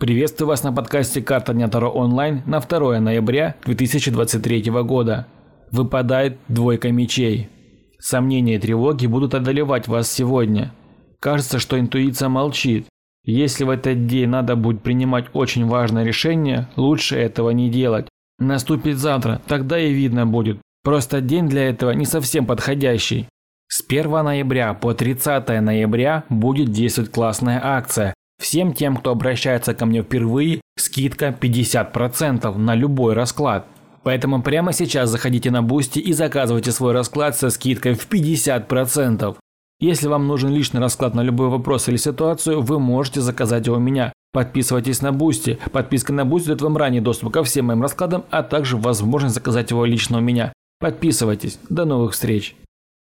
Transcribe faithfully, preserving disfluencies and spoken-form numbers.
Приветствую вас на подкасте «Карта Дня Таро онлайн» на второе ноября две тысячи двадцать третьего года. Выпадает двойка мечей. Сомнения и тревоги будут одолевать вас сегодня. Кажется, что интуиция молчит. Если в этот день надо будет принимать очень важное решение, лучше этого не делать. Наступит завтра, тогда и видно будет. Просто день для этого не совсем подходящий. С первого ноября по тридцатое ноября будет действовать классная акция. Всем тем, кто обращается ко мне впервые, скидка пятьдесят процентов на любой расклад. Поэтому прямо сейчас заходите на Boosty и заказывайте свой расклад со скидкой в пятьдесят процентов. Если вам нужен личный расклад на любой вопрос или ситуацию, вы можете заказать его у меня. Подписывайтесь на Boosty. Подписка на Boosty дает вам ранний доступ ко всем моим раскладам, а также возможность заказать его лично у меня. Подписывайтесь. До новых встреч.